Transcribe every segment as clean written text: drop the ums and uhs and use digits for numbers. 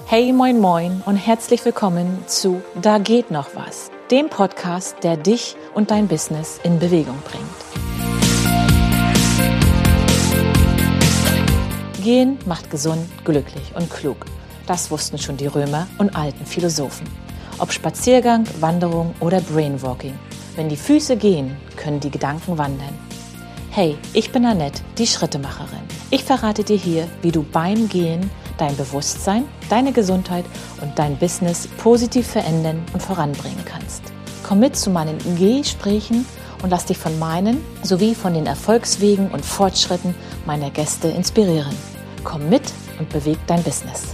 Hey, moin, moin und herzlich willkommen zu Da geht noch was, dem Podcast, der dich und dein Business in Bewegung bringt. Gehen macht gesund, glücklich und klug. Das wussten schon die Römer und alten Philosophen. Ob Spaziergang, Wanderung oder Brainwalking. Wenn die Füße gehen, können die Gedanken wandern. Hey, ich bin Annette, die Schrittemacherin. Ich verrate dir hier, wie du beim Gehen dein Bewusstsein, deine Gesundheit und dein Business positiv verändern und voranbringen kannst. Komm mit zu meinen Gesprächen und lass dich von meinen sowie von den Erfolgswegen und Fortschritten meiner Gäste inspirieren. Komm mit und beweg dein Business.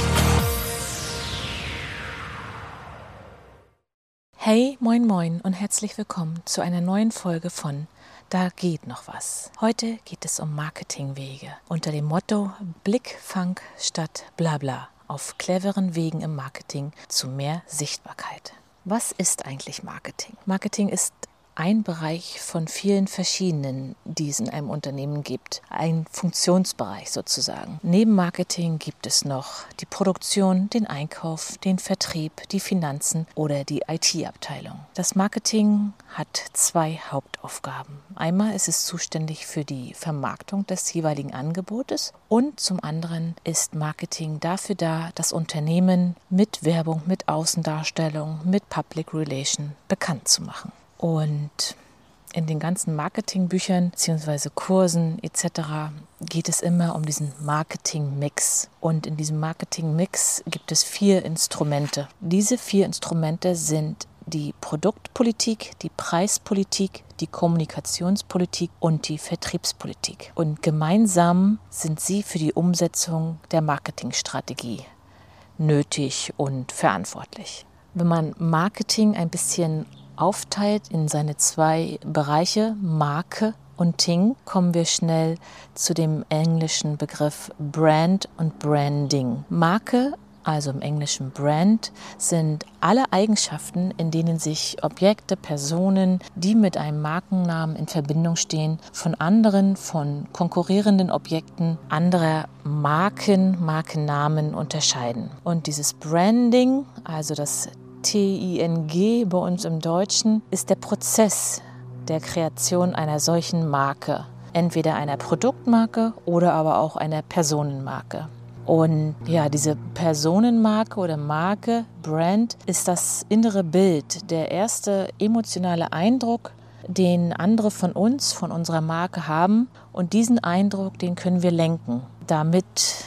Hey, moin, moin und herzlich willkommen zu einer neuen Folge von Da geht noch was. Heute geht es um Marketingwege unter dem Motto Blickfang statt Blabla auf cleveren Wegen im Marketing zu mehr Sichtbarkeit. Was ist eigentlich Marketing? Marketing ist ein Bereich von vielen verschiedenen, die es in einem Unternehmen gibt. Ein Funktionsbereich sozusagen. Neben Marketing gibt es noch die Produktion, den Einkauf, den Vertrieb, die Finanzen oder die IT-Abteilung. Das Marketing hat zwei Hauptaufgaben. Einmal ist es zuständig für die Vermarktung des jeweiligen Angebotes und zum anderen ist Marketing dafür da, das Unternehmen mit Werbung, mit Außendarstellung, mit Public Relation bekannt zu machen. Und in den ganzen Marketingbüchern bzw. Kursen etc. geht es immer um diesen Marketing-Mix. Und in diesem Marketing-Mix gibt es 4 Instrumente. Diese 4 Instrumente sind die Produktpolitik, die Preispolitik, die Kommunikationspolitik und die Vertriebspolitik. Und gemeinsam sind sie für die Umsetzung der Marketingstrategie nötig und verantwortlich. Wenn man Marketing ein bisschen aufteilt in seine 2 Bereiche, Marke und Ting, kommen wir schnell zu dem englischen Begriff Brand und Branding. Marke, also im Englischen Brand, sind alle Eigenschaften, in denen sich Objekte, Personen, die mit einem Markennamen in Verbindung stehen, von konkurrierenden Objekten anderer Markennamen unterscheiden. Und dieses Branding, also das TING bei uns im Deutschen, ist der Prozess der Kreation einer solchen Marke. Entweder einer Produktmarke oder aber auch einer Personenmarke. Und ja, diese Personenmarke oder Marke, Brand, ist das innere Bild, der erste emotionale Eindruck, den andere von uns, von unserer Marke haben. Und diesen Eindruck, den können wir lenken, damit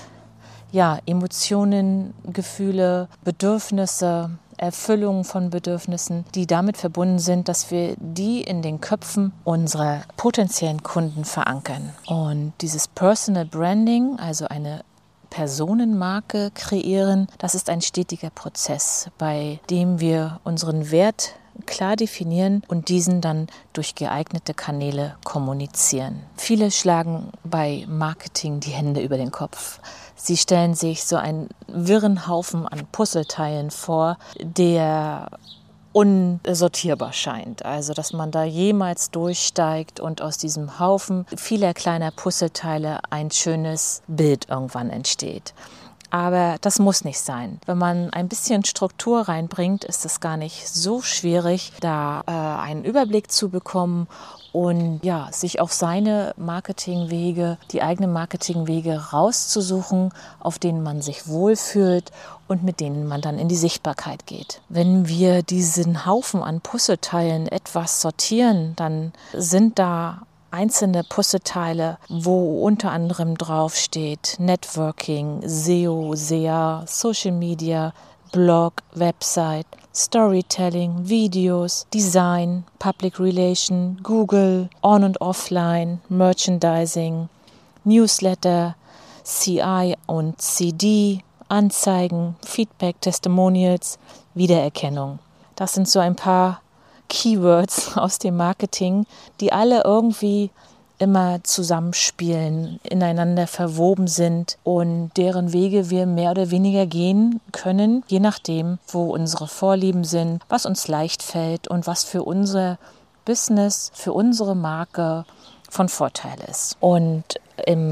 Emotionen, Gefühle, Bedürfnisse, Erfüllung von Bedürfnissen, die damit verbunden sind, dass wir die in den Köpfen unserer potenziellen Kunden verankern. Und dieses Personal Branding, also eine Personenmarke kreieren, das ist ein stetiger Prozess, bei dem wir unseren Wert klar definieren und diesen dann durch geeignete Kanäle kommunizieren. Viele schlagen bei Marketing die Hände über den Kopf. Sie stellen sich so einen wirren Haufen an Puzzleteilen vor, der unsortierbar scheint. Also, dass man da jemals durchsteigt und aus diesem Haufen vieler kleiner Puzzleteile ein schönes Bild irgendwann entsteht. Aber das muss nicht sein. Wenn man ein bisschen Struktur reinbringt, ist es gar nicht so schwierig, da einen Überblick zu bekommen und sich auf seine Marketingwege, die eigenen Marketingwege rauszusuchen, auf denen man sich wohlfühlt und mit denen man dann in die Sichtbarkeit geht. Wenn wir diesen Haufen an Puzzleteilen etwas sortieren, dann sind da einzelne Puzzleteile, wo unter anderem draufsteht Networking, SEO, SEA, Social Media, Blog, Website, Storytelling, Videos, Design, Public Relation, Google, On- und Offline, Merchandising, Newsletter, CI und CD, Anzeigen, Feedback, Testimonials, Wiedererkennung. Das sind so ein paar Keywords aus dem Marketing, die alle irgendwie immer zusammenspielen, ineinander verwoben sind und deren Wege wir mehr oder weniger gehen können, je nachdem, wo unsere Vorlieben sind, was uns leicht fällt und was für unser Business, für unsere Marke von Vorteil ist. Und im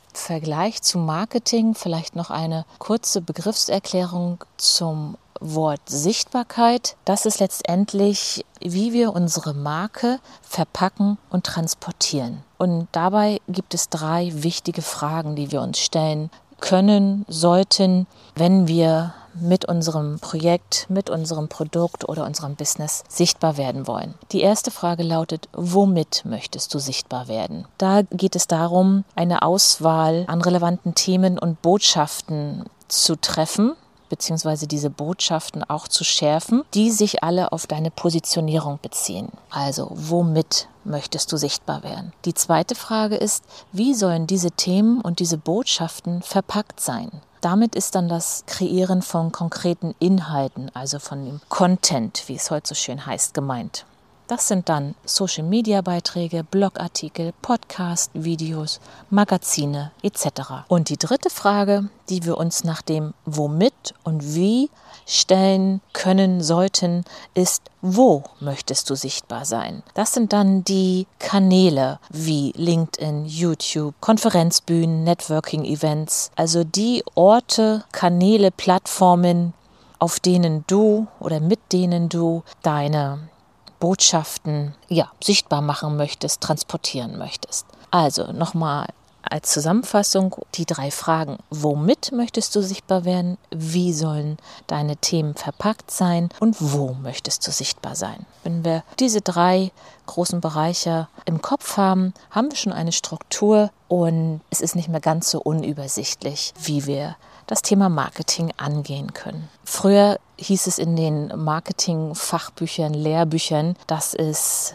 Vergleich zu Marketing vielleicht noch eine kurze Begriffserklärung zum Wort Sichtbarkeit. Das ist letztendlich, wie wir unsere Marke verpacken und transportieren. Und dabei gibt es 3 wichtige Fragen, die wir uns stellen können, sollten, wenn wir mit unserem Projekt, mit unserem Produkt oder unserem Business sichtbar werden wollen. Die erste Frage lautet, womit möchtest du sichtbar werden? Da geht es darum, eine Auswahl an relevanten Themen und Botschaften zu treffen, beziehungsweise diese Botschaften auch zu schärfen, die sich alle auf deine Positionierung beziehen. Also, womit möchtest du sichtbar werden? Die zweite Frage ist, wie sollen diese Themen und diese Botschaften verpackt sein? Damit ist dann das Kreieren von konkreten Inhalten, also von dem Content, wie es heute so schön heißt, gemeint. Das sind dann Social-Media-Beiträge, Blogartikel, Podcast, Videos, Magazine etc. Und die dritte Frage, die wir uns nach dem Womit und Wie stellen können sollten, ist, wo möchtest du sichtbar sein? Das sind dann die Kanäle wie LinkedIn, YouTube, Konferenzbühnen, Networking-Events, also die Orte, Kanäle, Plattformen, auf denen du oder mit denen du deine Botschaften sichtbar machen möchtest, transportieren möchtest. Also nochmal als Zusammenfassung die 3 Fragen. Womit möchtest du sichtbar werden? Wie sollen deine Themen verpackt sein? Und wo möchtest du sichtbar sein? Wenn wir diese 3 großen Bereiche im Kopf haben, haben wir schon eine Struktur und es ist nicht mehr ganz so unübersichtlich, wie wir das Thema Marketing angehen können. Früher hieß es in den Marketing-Fachbüchern, Lehrbüchern, dass es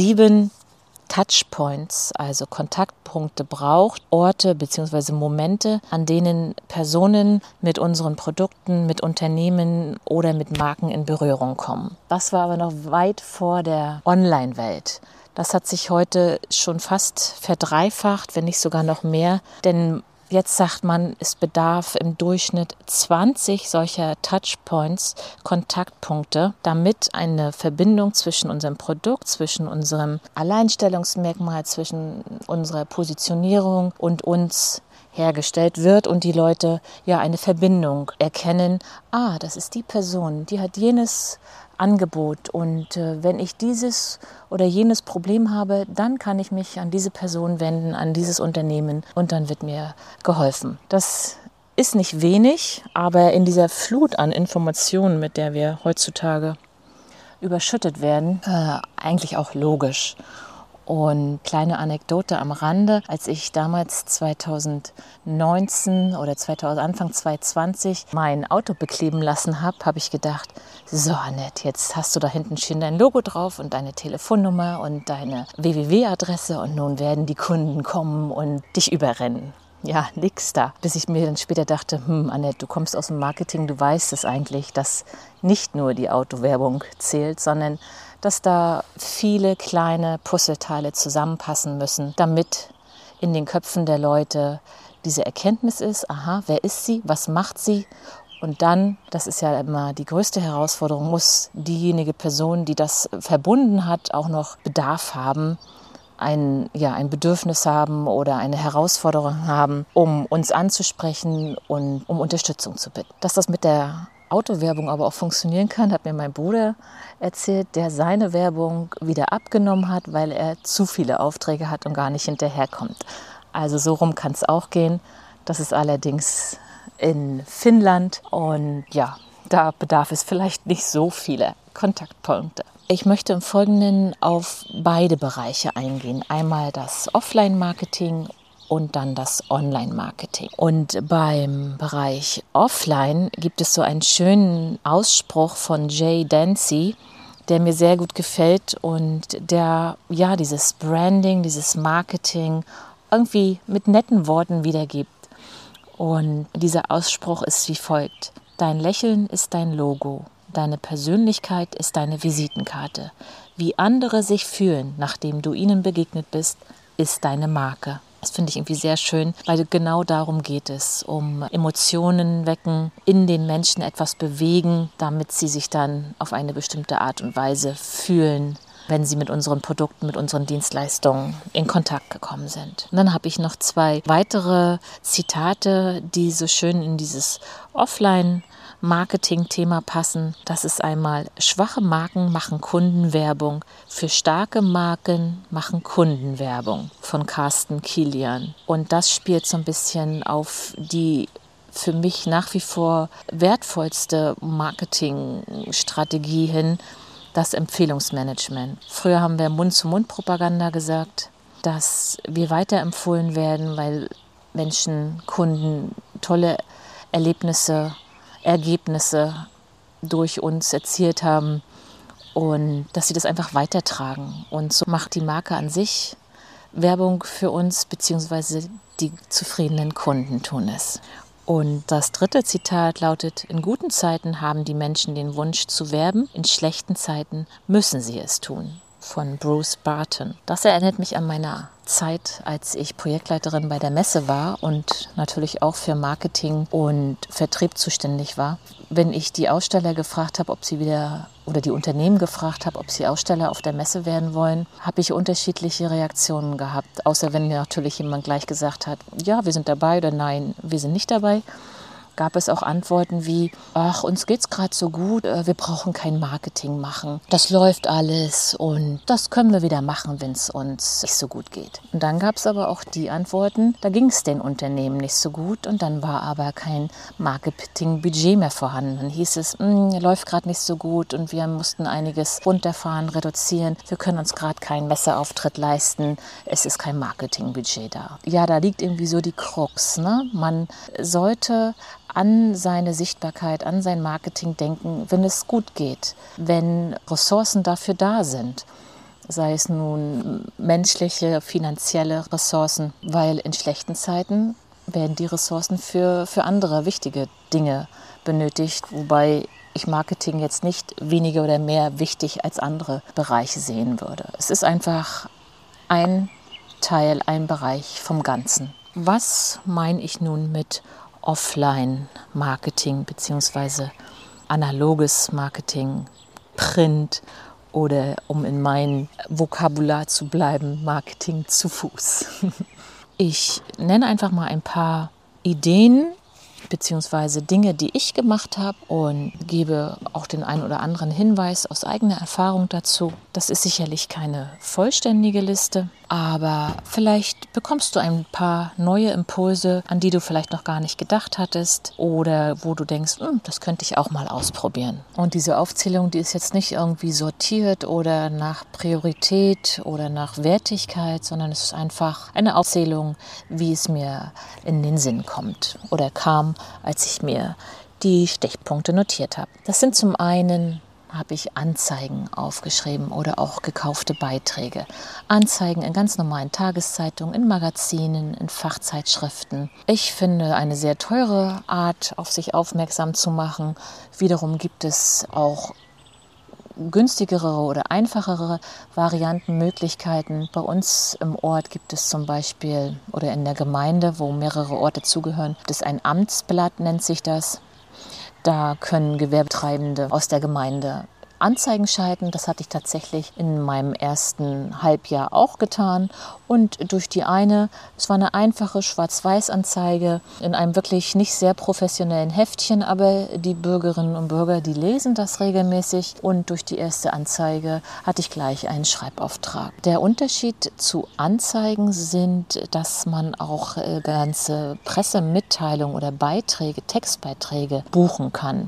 7 Touchpoints, also Kontaktpunkte braucht, Orte bzw. Momente, an denen Personen mit unseren Produkten, mit Unternehmen oder mit Marken in Berührung kommen. Das war aber noch weit vor der Online-Welt. Das hat sich heute schon fast verdreifacht, wenn nicht sogar noch mehr, denn jetzt sagt man, es bedarf im Durchschnitt 20 solcher Touchpoints, Kontaktpunkte, damit eine Verbindung zwischen unserem Produkt, zwischen unserem Alleinstellungsmerkmal, zwischen unserer Positionierung und uns hergestellt wird und die Leute eine Verbindung erkennen. Das ist die Person, die hat jenes Angebot und wenn ich dieses oder jenes Problem habe, dann kann ich mich an diese Person wenden, an dieses Unternehmen und dann wird mir geholfen. Das ist nicht wenig, aber in dieser Flut an Informationen, mit der wir heutzutage überschüttet werden, eigentlich auch logisch. Und kleine Anekdote am Rande, als ich damals 2019 oder Anfang 2020 mein Auto bekleben lassen habe, habe ich gedacht, so Annette, jetzt hast du da hinten schön dein Logo drauf und deine Telefonnummer und deine www-Adresse und nun werden die Kunden kommen und dich überrennen. Ja, nix da. Bis ich mir dann später dachte, Annette, du kommst aus dem Marketing, du weißt es eigentlich, dass nicht nur die Autowerbung zählt, sondern dass da viele kleine Puzzleteile zusammenpassen müssen, damit in den Köpfen der Leute diese Erkenntnis ist, wer ist sie, was macht sie? Und dann, das ist ja immer die größte Herausforderung, muss diejenige Person, die das verbunden hat, auch noch Bedarf haben, ein Bedürfnis haben oder eine Herausforderung haben, um uns anzusprechen und um Unterstützung zu bitten. Dass das mit der Autowerbung aber auch funktionieren kann, hat mir mein Bruder erzählt, der seine Werbung wieder abgenommen hat, weil er zu viele Aufträge hat und gar nicht hinterherkommt. Also so rum kann es auch gehen. Das ist allerdings in Finnland und da bedarf es vielleicht nicht so viele Kontaktpunkte. Ich möchte im Folgenden auf beide Bereiche eingehen. Einmal das Offline-Marketing und dann das Online-Marketing. Und beim Bereich Offline gibt es so einen schönen Ausspruch von Jay Delsey, der mir sehr gut gefällt und der dieses Branding, dieses Marketing irgendwie mit netten Worten wiedergibt. Und dieser Ausspruch ist wie folgt: Dein Lächeln ist dein Logo, deine Persönlichkeit ist deine Visitenkarte. Wie andere sich fühlen, nachdem du ihnen begegnet bist, ist deine Marke. Das finde ich irgendwie sehr schön, weil genau darum geht es, um Emotionen wecken, in den Menschen etwas bewegen, damit sie sich dann auf eine bestimmte Art und Weise fühlen wenn sie mit unseren Produkten, mit unseren Dienstleistungen in Kontakt gekommen sind. Und dann habe ich noch 2 weitere Zitate, die so schön in dieses Offline-Marketing-Thema passen. Das ist einmal: Schwache Marken machen Kundenwerbung, für starke Marken machen Kundenwerbung, von Carsten Kilian. Und das spielt so ein bisschen auf die für mich nach wie vor wertvollste Marketingstrategie hin, das Empfehlungsmanagement. Früher haben wir Mund-zu-Mund-Propaganda gesagt, dass wir weiterempfohlen werden, weil Menschen, Kunden tolle Erlebnisse, Ergebnisse durch uns erzielt haben und dass sie das einfach weitertragen. Und so macht die Marke an sich Werbung für uns, beziehungsweise die zufriedenen Kunden tun es. Und das 3. Zitat lautet: In guten Zeiten haben die Menschen den Wunsch zu werben, in schlechten Zeiten müssen sie es tun. Von Bruce Barton. Das erinnert mich an meine Zeit, als ich Projektleiterin bei der Messe war und natürlich auch für Marketing und Vertrieb zuständig war. Wenn ich die Aussteller gefragt habe, ob sie wieder, oder die Unternehmen gefragt habe, ob sie Aussteller auf der Messe werden wollen, habe ich unterschiedliche Reaktionen gehabt. Außer wenn mir natürlich jemand gleich gesagt hat, ja, wir sind dabei, oder nein, wir sind nicht dabei. Gab es auch Antworten wie: Ach, uns geht's gerade so gut, wir brauchen kein Marketing machen. Das läuft alles und das können wir wieder machen, wenn es uns nicht so gut geht. Und dann gab es aber auch die Antworten, da ging es den Unternehmen nicht so gut und dann war aber kein Marketingbudget mehr vorhanden. Dann hieß es, läuft gerade nicht so gut und wir mussten einiges runterfahren, reduzieren. Wir können uns gerade keinen Messeauftritt leisten, es ist kein Marketingbudget da. Ja, da liegt irgendwie so die Krux, ne? Man sollte an seine Sichtbarkeit, an sein Marketing denken, wenn es gut geht, wenn Ressourcen dafür da sind. Sei es nun menschliche, finanzielle Ressourcen, weil in schlechten Zeiten werden die Ressourcen für andere wichtige Dinge benötigt, wobei ich Marketing jetzt nicht weniger oder mehr wichtig als andere Bereiche sehen würde. Es ist einfach ein Teil, ein Bereich vom Ganzen. Was meine ich nun mit Offline-Marketing bzw. analoges Marketing, Print oder, um in meinem Vokabular zu bleiben, Marketing zu Fuß? Ich nenne einfach mal ein paar Ideen bzw. Dinge, die ich gemacht habe und gebe auch den einen oder anderen Hinweis aus eigener Erfahrung dazu. Das ist sicherlich keine vollständige Liste, aber vielleicht bekommst du ein paar neue Impulse, an die du vielleicht noch gar nicht gedacht hattest oder wo du denkst, das könnte ich auch mal ausprobieren. Und diese Aufzählung, die ist jetzt nicht irgendwie sortiert oder nach Priorität oder nach Wertigkeit, sondern es ist einfach eine Aufzählung, wie es mir in den Sinn kommt oder kam, als ich mir die Stichpunkte notiert habe. Das sind zum einen, habe ich Anzeigen aufgeschrieben oder auch gekaufte Beiträge. Anzeigen in ganz normalen Tageszeitungen, in Magazinen, in Fachzeitschriften. Ich finde eine sehr teure Art, auf sich aufmerksam zu machen. Wiederum gibt es auch günstigere oder einfachere Varianten, Möglichkeiten. Bei uns im Ort gibt es zum Beispiel, oder in der Gemeinde, wo mehrere Orte zugehören, gibt es ein Amtsblatt, nennt sich das. Da können Gewerbetreibende aus der Gemeinde Anzeigen schalten. Das hatte ich tatsächlich in meinem ersten Halbjahr auch getan. Und durch die eine, es war eine einfache Schwarz-Weiß-Anzeige in einem wirklich nicht sehr professionellen Heftchen, aber die Bürgerinnen und Bürger, die lesen das regelmäßig. Und durch die erste Anzeige hatte ich gleich einen Schreibauftrag. Der Unterschied zu Anzeigen sind, dass man auch ganze Pressemitteilungen oder Beiträge, Textbeiträge buchen kann.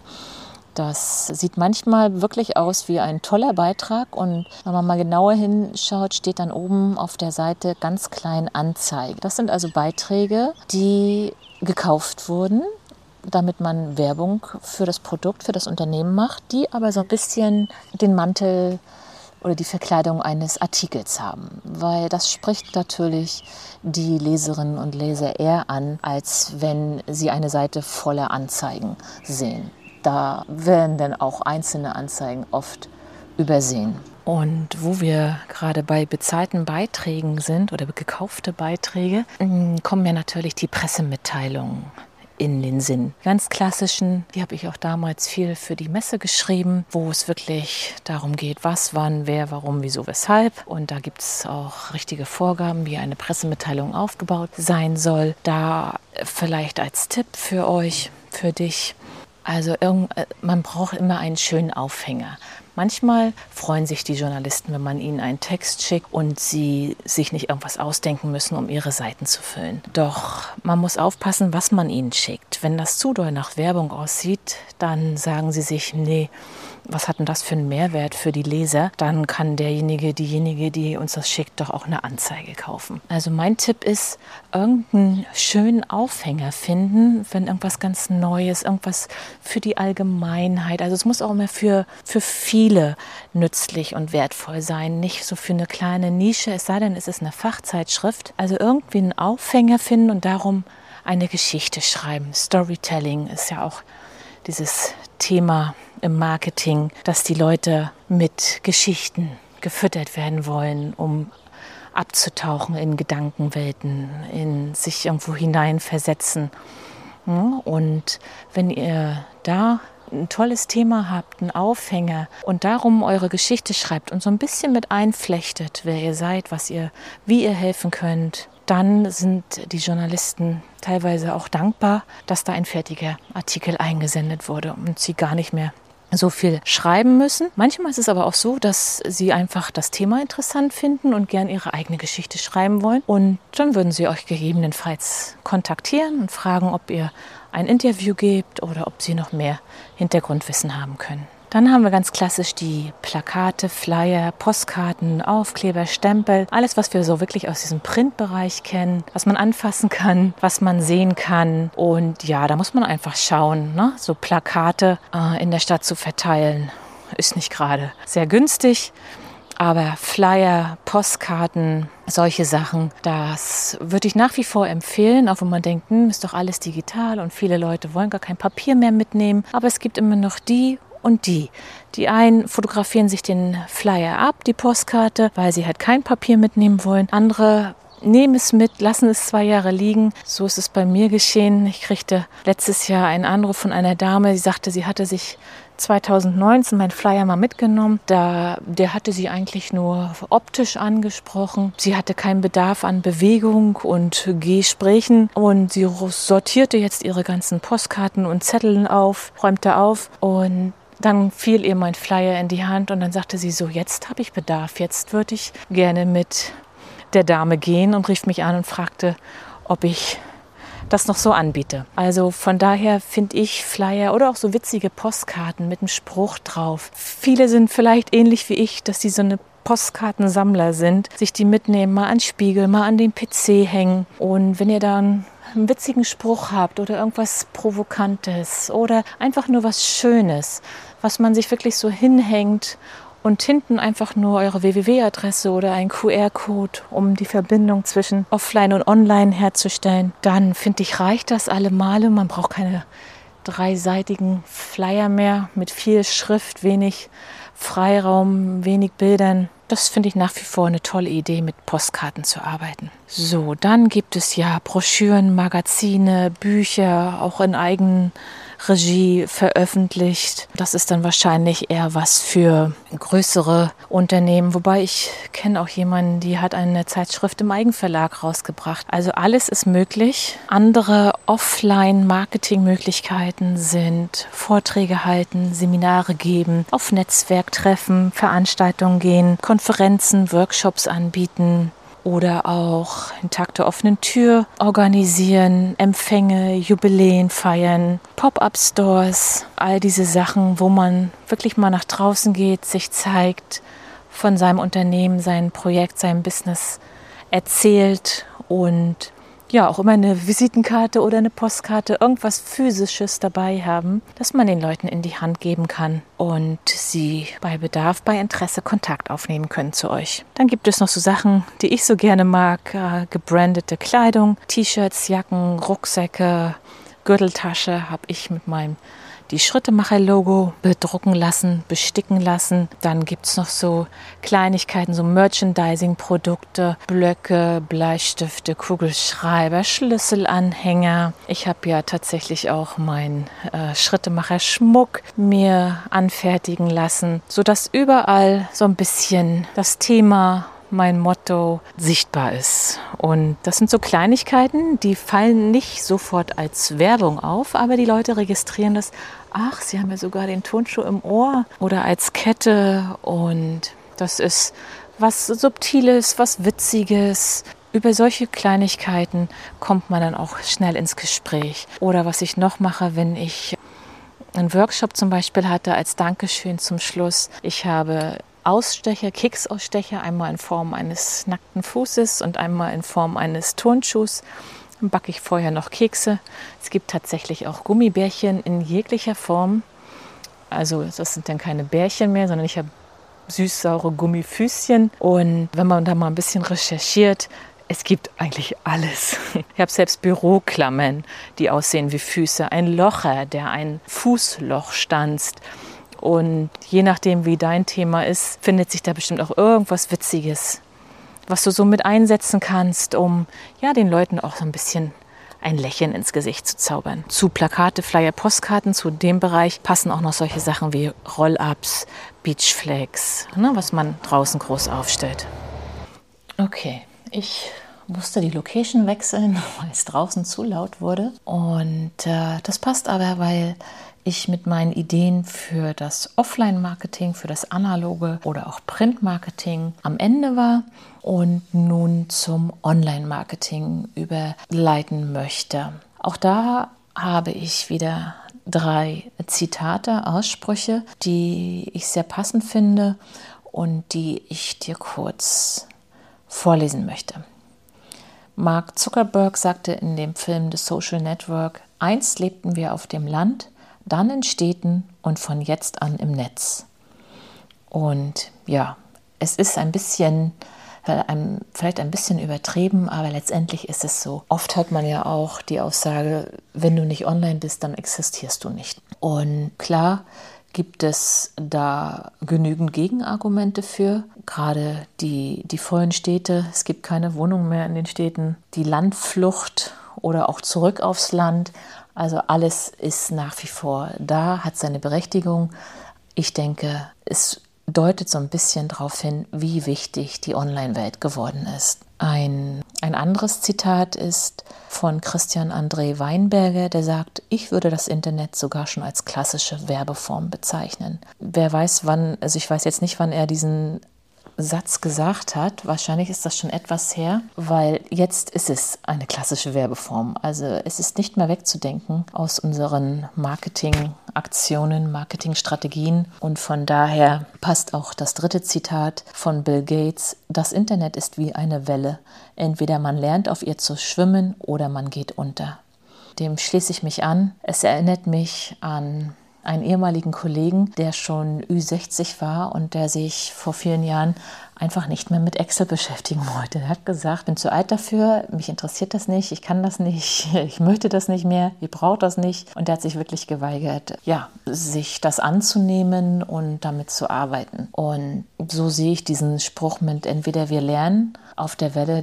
Das sieht manchmal wirklich aus wie ein toller Beitrag und wenn man mal genauer hinschaut, steht dann oben auf der Seite ganz klein Anzeige. Das sind also Beiträge, die gekauft wurden, damit man Werbung für das Produkt, für das Unternehmen macht, die aber so ein bisschen den Mantel oder die Verkleidung eines Artikels haben, weil das spricht natürlich die Leserinnen und Leser eher an, als wenn sie eine Seite voller Anzeigen sehen. Da werden dann auch einzelne Anzeigen oft übersehen. Und wo wir gerade bei bezahlten Beiträgen sind oder gekaufte Beiträge, kommen ja natürlich die Pressemitteilungen in den Sinn. Ganz klassischen, die habe ich auch damals viel für die Messe geschrieben, wo es wirklich darum geht, was, wann, wer, warum, wieso, weshalb. Und da gibt es auch richtige Vorgaben, wie eine Pressemitteilung aufgebaut sein soll. Da vielleicht als Tipp für euch, für dich. Also man braucht immer einen schönen Aufhänger. Manchmal freuen sich die Journalisten, wenn man ihnen einen Text schickt und sie sich nicht irgendwas ausdenken müssen, um ihre Seiten zu füllen. Doch man muss aufpassen, was man ihnen schickt. Wenn das zu doll nach Werbung aussieht, dann sagen sie sich, nee, was hat denn das für einen Mehrwert für die Leser? Dann kann diejenige, die uns das schickt, doch auch eine Anzeige kaufen. Also mein Tipp ist, irgendeinen schönen Aufhänger finden, wenn irgendwas ganz Neues, irgendwas für die Allgemeinheit. Also es muss auch immer für viele nützlich und wertvoll sein, nicht so für eine kleine Nische, es sei denn, es ist eine Fachzeitschrift. Also irgendwie einen Aufhänger finden und darum eine Geschichte schreiben. Storytelling ist ja auch dieses Thema im Marketing, dass die Leute mit Geschichten gefüttert werden wollen, um abzutauchen in Gedankenwelten, in sich irgendwo hineinversetzen. Und wenn ihr da ein tolles Thema habt, einen Aufhänger und darum eure Geschichte schreibt und so ein bisschen mit einflechtet, wer ihr seid, wie ihr helfen könnt, dann sind die Journalisten teilweise auch dankbar, dass da ein fertiger Artikel eingesendet wurde und sie gar nicht mehr so viel schreiben müssen. Manchmal ist es aber auch so, dass sie einfach das Thema interessant finden und gern ihre eigene Geschichte schreiben wollen. Und dann würden sie euch gegebenenfalls kontaktieren und fragen, ob ihr ein Interview gebt oder ob sie noch mehr Hintergrundwissen haben können. Dann haben wir ganz klassisch die Plakate, Flyer, Postkarten, Aufkleber, Stempel. Alles, was wir so wirklich aus diesem Printbereich kennen, was man anfassen kann, was man sehen kann. Und ja, da muss man einfach schauen, ne? So Plakate in der Stadt zu verteilen, ist nicht gerade sehr günstig. Aber Flyer, Postkarten, solche Sachen, das würde ich nach wie vor empfehlen, auch wenn man denkt, ist doch alles digital und viele Leute wollen gar kein Papier mehr mitnehmen. Aber es gibt immer noch die und die. Die einen fotografieren sich den Flyer ab, die Postkarte, weil sie halt kein Papier mitnehmen wollen. Andere nehmen es mit, lassen es 2 Jahre liegen. So ist es bei mir geschehen. Ich kriegte letztes Jahr einen Anruf von einer Dame, die sagte, sie hatte sich 2019 meinen Flyer mal mitgenommen. Der hatte sie eigentlich nur optisch angesprochen. Sie hatte keinen Bedarf an Bewegung und Gesprächen und sie sortierte jetzt ihre ganzen Postkarten und Zetteln auf, räumte auf und dann fiel ihr mein Flyer in die Hand und dann sagte sie so, jetzt habe ich Bedarf, jetzt würde ich gerne mit der Dame gehen und rief mich an und fragte, ob ich das noch so anbiete. Also von daher finde ich Flyer oder auch so witzige Postkarten mit einem Spruch drauf. Viele sind vielleicht ähnlich wie ich, dass die so eine Postkartensammler sind, sich die mitnehmen, mal an den Spiegel, mal an den PC hängen. Und wenn ihr dann einen witzigen Spruch habt oder irgendwas Provokantes oder einfach nur was Schönes, was man sich wirklich so hinhängt und hinten einfach nur eure www-Adresse oder ein QR-Code, um die Verbindung zwischen Offline und Online herzustellen, dann finde ich, reicht das alle Male. Man braucht keine 3-seitigen Flyer mehr mit viel Schrift, wenig Freiraum, wenig Bildern. Das finde ich nach wie vor eine tolle Idee, mit Postkarten zu arbeiten. So, dann gibt es ja Broschüren, Magazine, Bücher, auch in Eigenregie veröffentlicht. Das ist dann wahrscheinlich eher was für größere Unternehmen. Wobei ich kenne auch jemanden, die hat eine Zeitschrift im Eigenverlag rausgebracht. Also alles ist möglich. Andere Offline-Marketing-Möglichkeiten sind Vorträge halten, Seminare geben, auf Netzwerktreffen, Veranstaltungen gehen, Konferenzen, Workshops anbieten. Oder auch einen Tag der offenen Tür organisieren, Empfänge, Jubiläen feiern, Pop-up-Stores, all diese Sachen, wo man wirklich mal nach draußen geht, sich zeigt, von seinem Unternehmen, seinem Projekt, seinem Business erzählt und ja, auch immer eine Visitenkarte oder eine Postkarte, irgendwas Physisches dabei haben, das man den Leuten in die Hand geben kann und sie bei Bedarf, bei Interesse Kontakt aufnehmen können zu euch. Dann gibt es noch so Sachen, die ich so gerne mag, gebrandete Kleidung, T-Shirts, Jacken, Rucksäcke, Gürteltasche habe ich mit meinem die Schrittemacher-Logo bedrucken lassen, besticken lassen. Dann gibt es noch so Kleinigkeiten, so Merchandising-Produkte, Blöcke, Bleistifte, Kugelschreiber, Schlüsselanhänger. Ich habe ja tatsächlich auch meinen Schrittemacher-Schmuck mir anfertigen lassen, sodass überall so ein bisschen das Thema, mein Motto, sichtbar ist. Und das sind so Kleinigkeiten, die fallen nicht sofort als Werbung auf, aber die Leute registrieren das. Ach, sie haben ja sogar den Turnschuh im Ohr oder als Kette. Und das ist was Subtiles, was Witziges. Über solche Kleinigkeiten kommt man dann auch schnell ins Gespräch. Oder was ich noch mache, wenn ich einen Workshop zum Beispiel hatte, als Dankeschön zum Schluss. Ich habe Ausstecher, Keksausstecher, einmal in Form eines nackten Fußes und einmal in Form eines Turnschuhs. Dann backe ich vorher noch Kekse. Es gibt tatsächlich auch Gummibärchen in jeglicher Form. Also das sind dann keine Bärchen mehr, sondern ich habe süß-saure Gummifüßchen. Und wenn man da mal ein bisschen recherchiert, es gibt eigentlich alles. Ich habe selbst Büroklammern, die aussehen wie Füße. Ein Locher, der ein Fußloch stanzt. Und je nachdem, wie dein Thema ist, findet sich da bestimmt auch irgendwas Witziges, was du so mit einsetzen kannst, um ja, den Leuten auch so ein bisschen ein Lächeln ins Gesicht zu zaubern. Zu Plakate, Flyer, Postkarten, zu dem Bereich passen auch noch solche Sachen wie Roll-Ups, Beachflags, ne, was man draußen groß aufstellt. Okay, ich musste die Location wechseln, weil es draußen zu laut wurde. Und das passt aber, weil ich mit meinen Ideen für das Offline-Marketing, für das analoge oder auch Print-Marketing am Ende war und nun zum Online-Marketing überleiten möchte. Auch da habe ich wieder 3 Zitate, Aussprüche, die ich sehr passend finde und die ich dir kurz vorlesen möchte. Mark Zuckerberg sagte in dem Film The Social Network: Einst lebten wir auf dem Land, dann in Städten und von jetzt an im Netz. Und ja, es ist ein bisschen, vielleicht ein bisschen übertrieben, aber letztendlich ist es so. Oft hört man ja auch die Aussage, wenn du nicht online bist, dann existierst du nicht. Und klar gibt es da genügend Gegenargumente für, gerade die vollen Städte. Es gibt keine Wohnungen mehr in den Städten. Die Landflucht oder auch zurück aufs Land. Also alles ist nach wie vor da, hat seine Berechtigung. Ich denke, es deutet so ein bisschen darauf hin, wie wichtig die Online-Welt geworden ist. Ein anderes Zitat ist von Christian André Weinberger, der sagt: Ich würde das Internet sogar schon als klassische Werbeform bezeichnen. Wer weiß wann, also ich weiß jetzt nicht, wann er diesen Satz gesagt hat. Wahrscheinlich ist das schon etwas her, weil jetzt ist es eine klassische Werbeform. Also es ist nicht mehr wegzudenken aus unseren Marketingaktionen, Marketingstrategien. Und von daher passt auch das 3. Zitat von Bill Gates: Das Internet ist wie eine Welle. Entweder man lernt auf ihr zu schwimmen oder man geht unter. Dem schließe ich mich an. Es erinnert mich an einen ehemaligen Kollegen, der schon Ü60 war und der sich vor vielen Jahren einfach nicht mehr mit Excel beschäftigen wollte. Er hat gesagt: Ich bin zu alt dafür, mich interessiert das nicht, ich kann das nicht, ich möchte das nicht mehr, ihr braucht das nicht. Und er hat sich wirklich geweigert, ja, sich das anzunehmen und damit zu arbeiten. Und so sehe ich diesen Spruch mit: Entweder wir lernen auf der Welle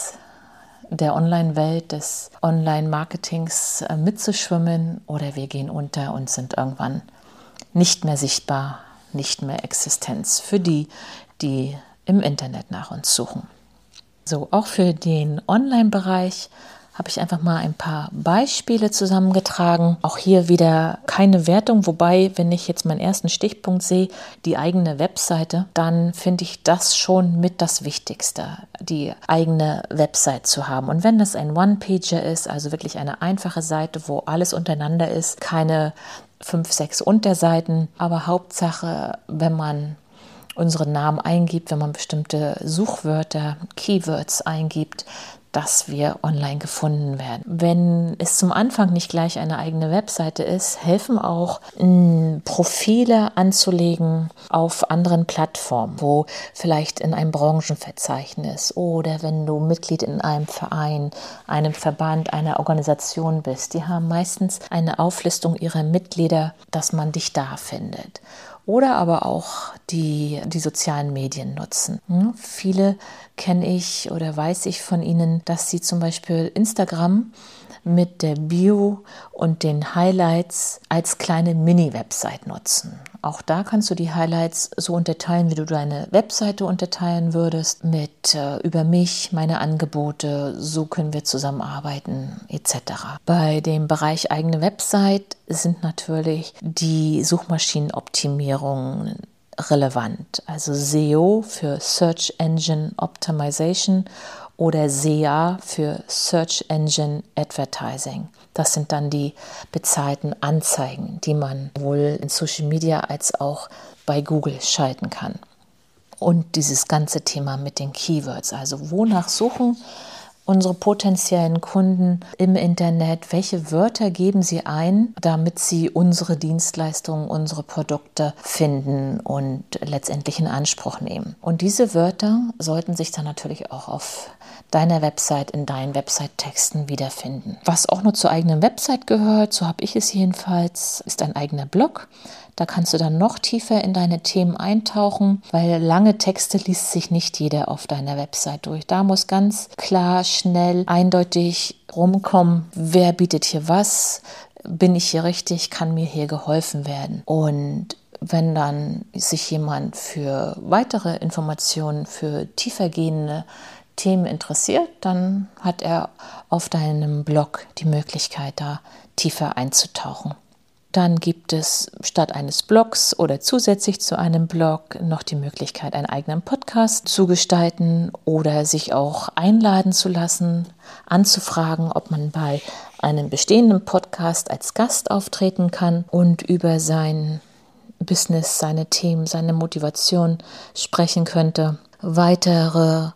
der Online-Welt, des Online-Marketings mitzuschwimmen, oder wir gehen unter und sind irgendwann nicht mehr sichtbar, nicht mehr Existenz für die, die im Internet nach uns suchen. So, auch für den Online-Bereich habe ich einfach mal ein paar Beispiele zusammengetragen. Auch hier wieder keine Wertung, wobei, wenn ich jetzt meinen ersten Stichpunkt sehe, die eigene Webseite, dann finde ich das schon mit das Wichtigste, die eigene Website zu haben. Und wenn das ein One-Pager ist, also wirklich eine einfache Seite, wo alles untereinander ist, keine 5, 6 Unterseiten, aber Hauptsache, wenn man unseren Namen eingibt, wenn man bestimmte Suchwörter, Keywords eingibt, dass wir online gefunden werden. Wenn es zum Anfang nicht gleich eine eigene Webseite ist, helfen auch Profile anzulegen auf anderen Plattformen, wo vielleicht in einem Branchenverzeichnis oder wenn du Mitglied in einem Verein, einem Verband, einer Organisation bist. Die haben meistens eine Auflistung ihrer Mitglieder, dass man dich da findet. Oder aber auch die sozialen Medien nutzen. Viele kenne ich oder weiß ich von ihnen, dass sie zum Beispiel Instagram mit der Bio und den Highlights als kleine Mini-Website nutzen. Auch da kannst du die Highlights so unterteilen, wie du deine Webseite unterteilen würdest, mit über mich, meine Angebote, so können wir zusammenarbeiten etc. Bei dem Bereich eigene Website sind natürlich die Suchmaschinenoptimierungen relevant. Also SEO für Search Engine Optimization oder SEA für Search Engine Advertising. Das sind dann die bezahlten Anzeigen, die man sowohl in Social Media als auch bei Google schalten kann. Und dieses ganze Thema mit den Keywords, also wonach suchen unsere potenziellen Kunden im Internet, welche Wörter geben sie ein, damit sie unsere Dienstleistungen, unsere Produkte finden und letztendlich in Anspruch nehmen. Und diese Wörter sollten sich dann natürlich auch auf deiner Website, in deinen Website-Texten wiederfinden. Was auch nur zur eigenen Website gehört, so habe ich es jedenfalls, ist ein eigener Blog. Da kannst du dann noch tiefer in deine Themen eintauchen, weil lange Texte liest sich nicht jeder auf deiner Website durch. Da muss ganz klar, schnell, eindeutig rumkommen, wer bietet hier was, bin ich hier richtig, kann mir hier geholfen werden. Und wenn dann sich jemand für weitere Informationen, für tiefergehende Themen interessiert, dann hat er auf deinem Blog die Möglichkeit, da tiefer einzutauchen. Dann gibt es statt eines Blogs oder zusätzlich zu einem Blog noch die Möglichkeit, einen eigenen Podcast zu gestalten oder sich auch einladen zu lassen, anzufragen, ob man bei einem bestehenden Podcast als Gast auftreten kann und über sein Business, seine Themen, seine Motivation sprechen könnte. Weitere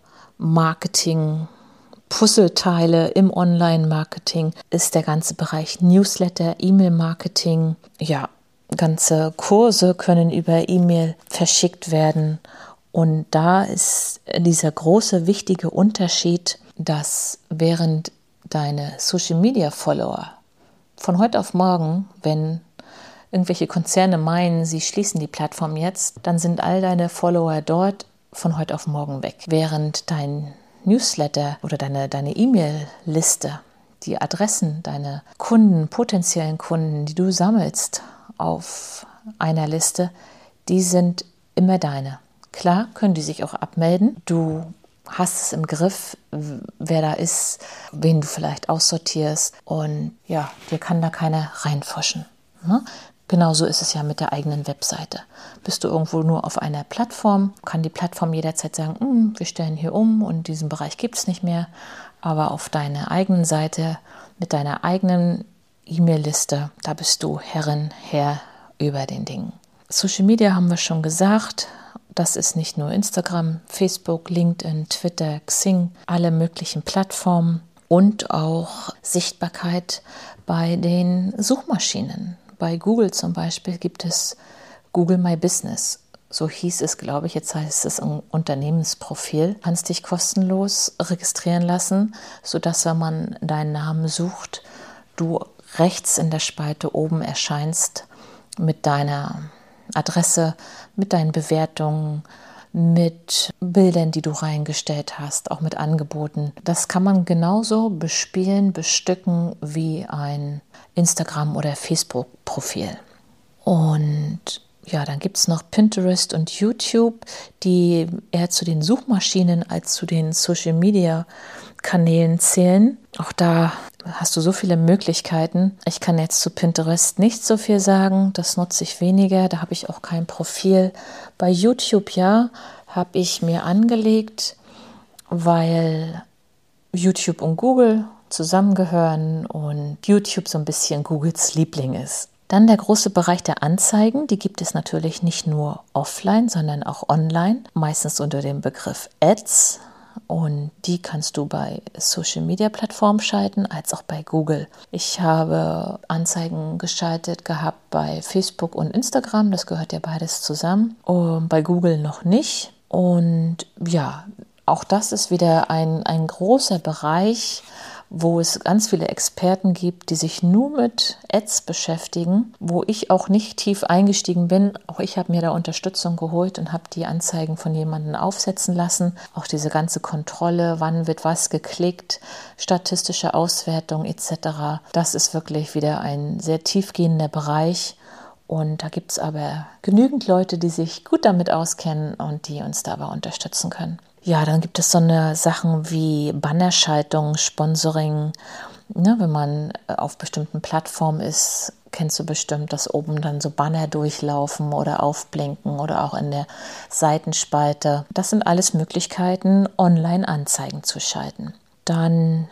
Marketing-Puzzleteile im Online-Marketing ist der ganze Bereich Newsletter, E-Mail-Marketing. Ja, ganze Kurse können über E-Mail verschickt werden. Und da ist dieser große, wichtige Unterschied, dass während deine Social-Media-Follower von heute auf morgen, wenn irgendwelche Konzerne meinen, sie schließen die Plattform jetzt, dann sind all deine Follower dort von heute auf morgen weg. Während dein Newsletter oder deine E-Mail-Liste, die Adressen, deine Kunden, potenziellen Kunden, die du sammelst auf einer Liste, die sind immer deine. Klar können die sich auch abmelden. Du hast es im Griff, wer da ist, wen du vielleicht aussortierst und ja, dir kann da keiner reinpfuschen. Ne? Genauso ist es ja mit der eigenen Webseite. Bist du irgendwo nur auf einer Plattform, kann die Plattform jederzeit sagen, wir stellen hier um und diesen Bereich gibt es nicht mehr. Aber auf deiner eigenen Seite mit deiner eigenen E-Mail-Liste, da bist du Herr über den Dingen. Social Media haben wir schon gesagt, das ist nicht nur Instagram, Facebook, LinkedIn, Twitter, Xing, alle möglichen Plattformen und auch Sichtbarkeit bei den Suchmaschinen. Bei Google zum Beispiel gibt es Google My Business. So hieß es, glaube ich, jetzt heißt es ein Unternehmensprofil. Du kannst dich kostenlos registrieren lassen, sodass, wenn man deinen Namen sucht, du rechts in der Spalte oben erscheinst mit deiner Adresse, mit deinen Bewertungen, mit Bildern, die du reingestellt hast, auch mit Angeboten. Das kann man genauso bespielen, bestücken wie ein Instagram- oder Facebook-Profil. Und ja, dann gibt es noch Pinterest und YouTube, die eher zu den Suchmaschinen als zu den Social-Media-Kanälen zählen. Auch da hast du so viele Möglichkeiten. Ich kann jetzt zu Pinterest nicht so viel sagen, das nutze ich weniger, da habe ich auch kein Profil. Bei YouTube habe ich mir angelegt, weil YouTube und Google zusammengehören und YouTube so ein bisschen Googles Liebling ist. Dann der große Bereich der Anzeigen, die gibt es natürlich nicht nur offline, sondern auch online, meistens unter dem Begriff Ads. und die kannst du bei Social-Media-Plattformen schalten, als auch bei Google. Ich habe Anzeigen geschaltet gehabt bei Facebook und Instagram, das gehört ja beides zusammen, und bei Google noch nicht. Und ja, auch das ist wieder ein großer Bereich, wo es ganz viele Experten gibt, die sich nur mit Ads beschäftigen, wo ich auch nicht tief eingestiegen bin. Auch ich habe mir da Unterstützung geholt und habe die Anzeigen von jemandem aufsetzen lassen. Auch diese ganze Kontrolle, wann wird was geklickt, statistische Auswertung etc. Das ist wirklich wieder ein sehr tiefgehender Bereich. Und da gibt es aber genügend Leute, die sich gut damit auskennen und die uns dabei unterstützen können. Ja, dann gibt es so eine Sachen wie Bannerschaltung, Sponsoring. Ne, wenn man auf bestimmten Plattformen ist, kennst du bestimmt, dass oben dann so Banner durchlaufen oder aufblinken oder auch in der Seitenspalte. Das sind alles Möglichkeiten, Online-Anzeigen zu schalten. Dann,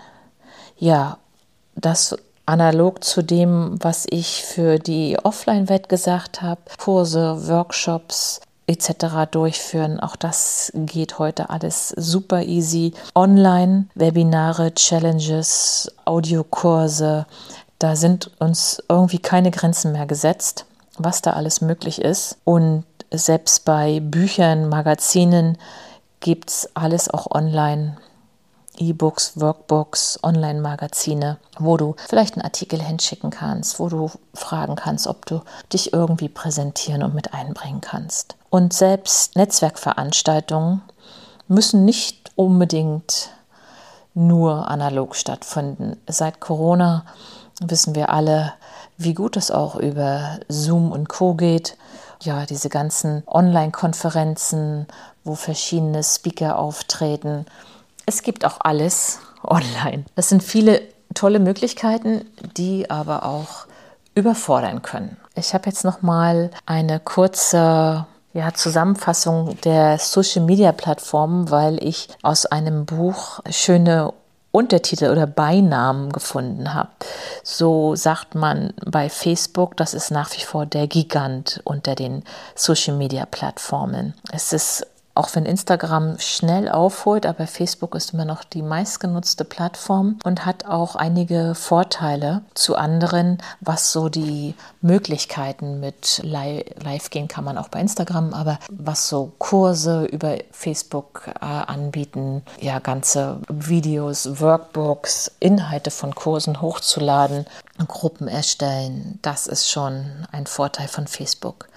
ja, das analog zu dem, was ich für die Offline-Welt gesagt habe, Kurse, Workshops etc. durchführen. Auch das geht heute alles super easy. Online, Webinare, Challenges, Audiokurse, da sind uns irgendwie keine Grenzen mehr gesetzt, was da alles möglich ist. Und selbst bei Büchern, Magazinen gibt es alles auch online. E-Books, Workbooks, Online-Magazine, wo du vielleicht einen Artikel hinschicken kannst, wo du fragen kannst, ob du dich irgendwie präsentieren und mit einbringen kannst. Und selbst Netzwerkveranstaltungen müssen nicht unbedingt nur analog stattfinden. Seit Corona wissen wir alle, wie gut es auch über Zoom und Co. geht. Ja, diese ganzen Online-Konferenzen, wo verschiedene Speaker auftreten. Es gibt auch alles online. Das sind viele tolle Möglichkeiten, die aber auch überfordern können. Ich habe jetzt noch mal eine kurze Zusammenfassung der Social-Media-Plattformen, weil ich aus einem Buch schöne Untertitel oder Beinamen gefunden habe. So sagt man bei Facebook, das ist nach wie vor der Gigant unter den Social-Media-Plattformen. Es ist, auch wenn Instagram schnell aufholt, aber Facebook ist immer noch die meistgenutzte Plattform und hat auch einige Vorteile zu anderen, was so die Möglichkeiten mit live gehen kann man auch bei Instagram, aber was so Kurse über Facebook anbieten, ja, ganze Videos, Workbooks, Inhalte von Kursen hochzuladen, Gruppen erstellen, das ist schon ein Vorteil von Facebook.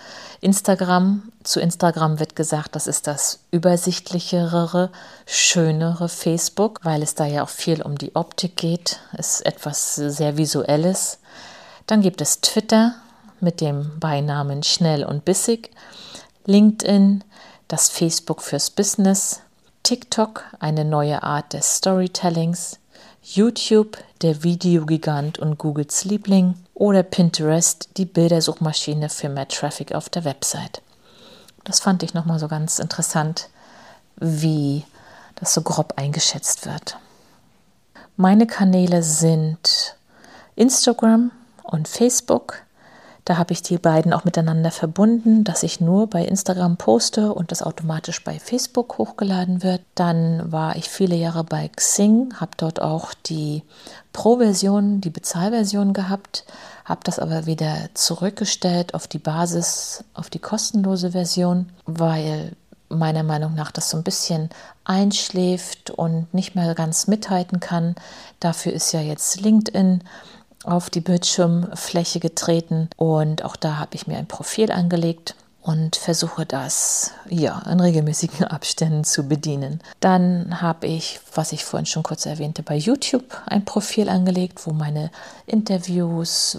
Zu Instagram wird gesagt, das ist das übersichtlichere, schönere Facebook, weil es da ja auch viel um die Optik geht, ist etwas sehr Visuelles. Dann gibt es Twitter mit dem Beinamen Schnell und Bissig, LinkedIn, das Facebook fürs Business, TikTok, eine neue Art des Storytellings, YouTube, der Videogigant und Googles Liebling, oder Pinterest, die Bildersuchmaschine für mehr Traffic auf der Website. Das fand ich nochmal so ganz interessant, wie das so grob eingeschätzt wird. Meine Kanäle sind Instagram und Facebook. Da habe ich die beiden auch miteinander verbunden, dass ich nur bei Instagram poste und das automatisch bei Facebook hochgeladen wird. Dann war ich viele Jahre bei Xing, habe dort auch die Pro-Version, die Bezahlversion gehabt, habe das aber wieder zurückgestellt auf die Basis, auf die kostenlose Version, weil meiner Meinung nach das so ein bisschen einschläft und nicht mehr ganz mithalten kann. Dafür ist ja jetzt LinkedIn auf die Bildschirmfläche getreten und auch da habe ich mir ein Profil angelegt und versuche das in regelmäßigen Abständen zu bedienen. Dann habe ich, was ich vorhin schon kurz erwähnte, bei YouTube ein Profil angelegt, wo meine Interviews,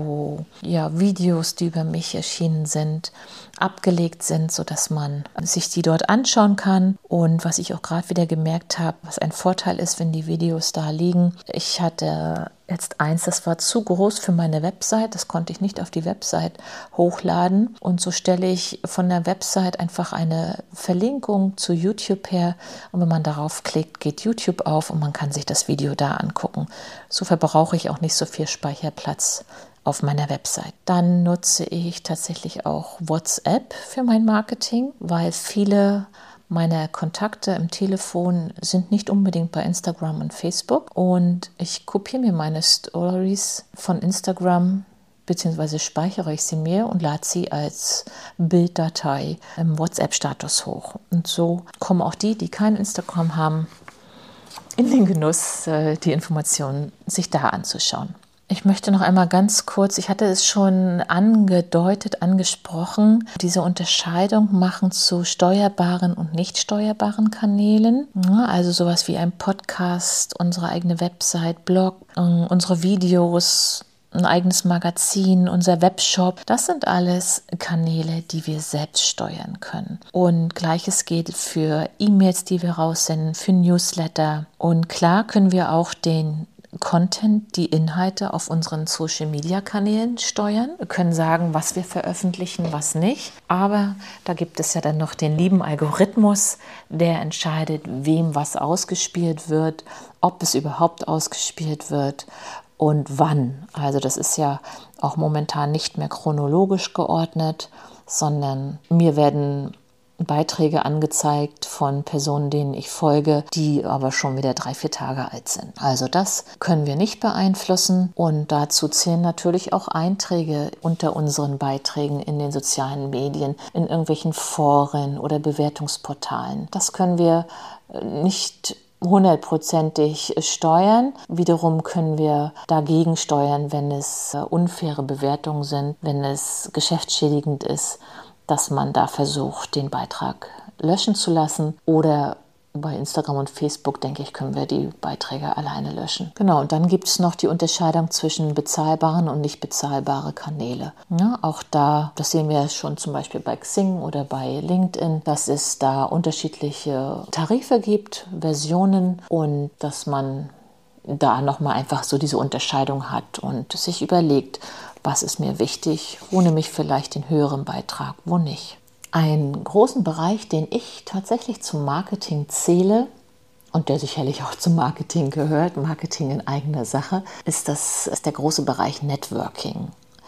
Videos, die über mich erschienen sind, abgelegt sind, sodass man sich die dort anschauen kann. Und was ich auch gerade wieder gemerkt habe, was ein Vorteil ist, wenn die Videos da liegen. Ich hatte jetzt eins, das war zu groß für meine Website, das konnte ich nicht auf die Website hochladen. Und so stelle ich von der Website einfach eine Verlinkung zu YouTube her. Und wenn man darauf klickt, geht YouTube auf und man kann sich das Video da angucken. So verbrauche ich auch nicht so viel Speicherplatz auf meiner Website. Dann nutze ich tatsächlich auch WhatsApp für mein Marketing, weil viele Meine Kontakte im Telefon sind nicht unbedingt bei Instagram und Facebook und ich kopiere mir meine Stories von Instagram beziehungsweise speichere ich sie mir und lade sie als Bilddatei im WhatsApp-Status hoch. Und so kommen auch die kein Instagram haben, in den Genuss, die Informationen sich da anzuschauen. Ich möchte noch einmal ganz kurz, ich hatte es schon angedeutet, angesprochen, diese Unterscheidung machen zu steuerbaren und nicht steuerbaren Kanälen. Ja, also sowas wie ein Podcast, unsere eigene Website, Blog, unsere Videos, ein eigenes Magazin, unser Webshop. Das sind alles Kanäle, die wir selbst steuern können. Und Gleiches gilt für E-Mails, die wir raussenden, für Newsletter. Und klar können wir auch den Content, die Inhalte auf unseren Social-Media-Kanälen steuern. Wir können sagen, was wir veröffentlichen, was nicht. Aber da gibt es ja dann noch den lieben Algorithmus, der entscheidet, wem was ausgespielt wird, ob es überhaupt ausgespielt wird und wann. Also das ist ja auch momentan nicht mehr chronologisch geordnet, sondern mir werden Beiträge angezeigt von Personen, denen ich folge, die aber schon wieder 3-4 Tage alt sind. Also das können wir nicht beeinflussen und dazu zählen natürlich auch Einträge unter unseren Beiträgen in den sozialen Medien, in irgendwelchen Foren oder Bewertungsportalen. Das können wir nicht 100%ig steuern. Wiederum können wir dagegen steuern, wenn es unfaire Bewertungen sind, wenn es geschäftsschädigend ist, dass man da versucht, den Beitrag löschen zu lassen. Oder bei Instagram und Facebook, denke ich, können wir die Beiträge alleine löschen. Genau, und dann gibt es noch die Unterscheidung zwischen bezahlbaren und nicht bezahlbaren Kanäle. Ja, auch da, das sehen wir schon zum Beispiel bei Xing oder bei LinkedIn, dass es da unterschiedliche Tarife gibt, Versionen und dass man da nochmal einfach so diese Unterscheidung hat und sich überlegt, was ist mir wichtig, wo nehme ich vielleicht den höheren Beitrag, wo nicht. Einen großen Bereich, den ich tatsächlich zum Marketing zähle und der sicherlich auch zum Marketing gehört, Marketing in eigener Sache, ist der große Bereich Networking.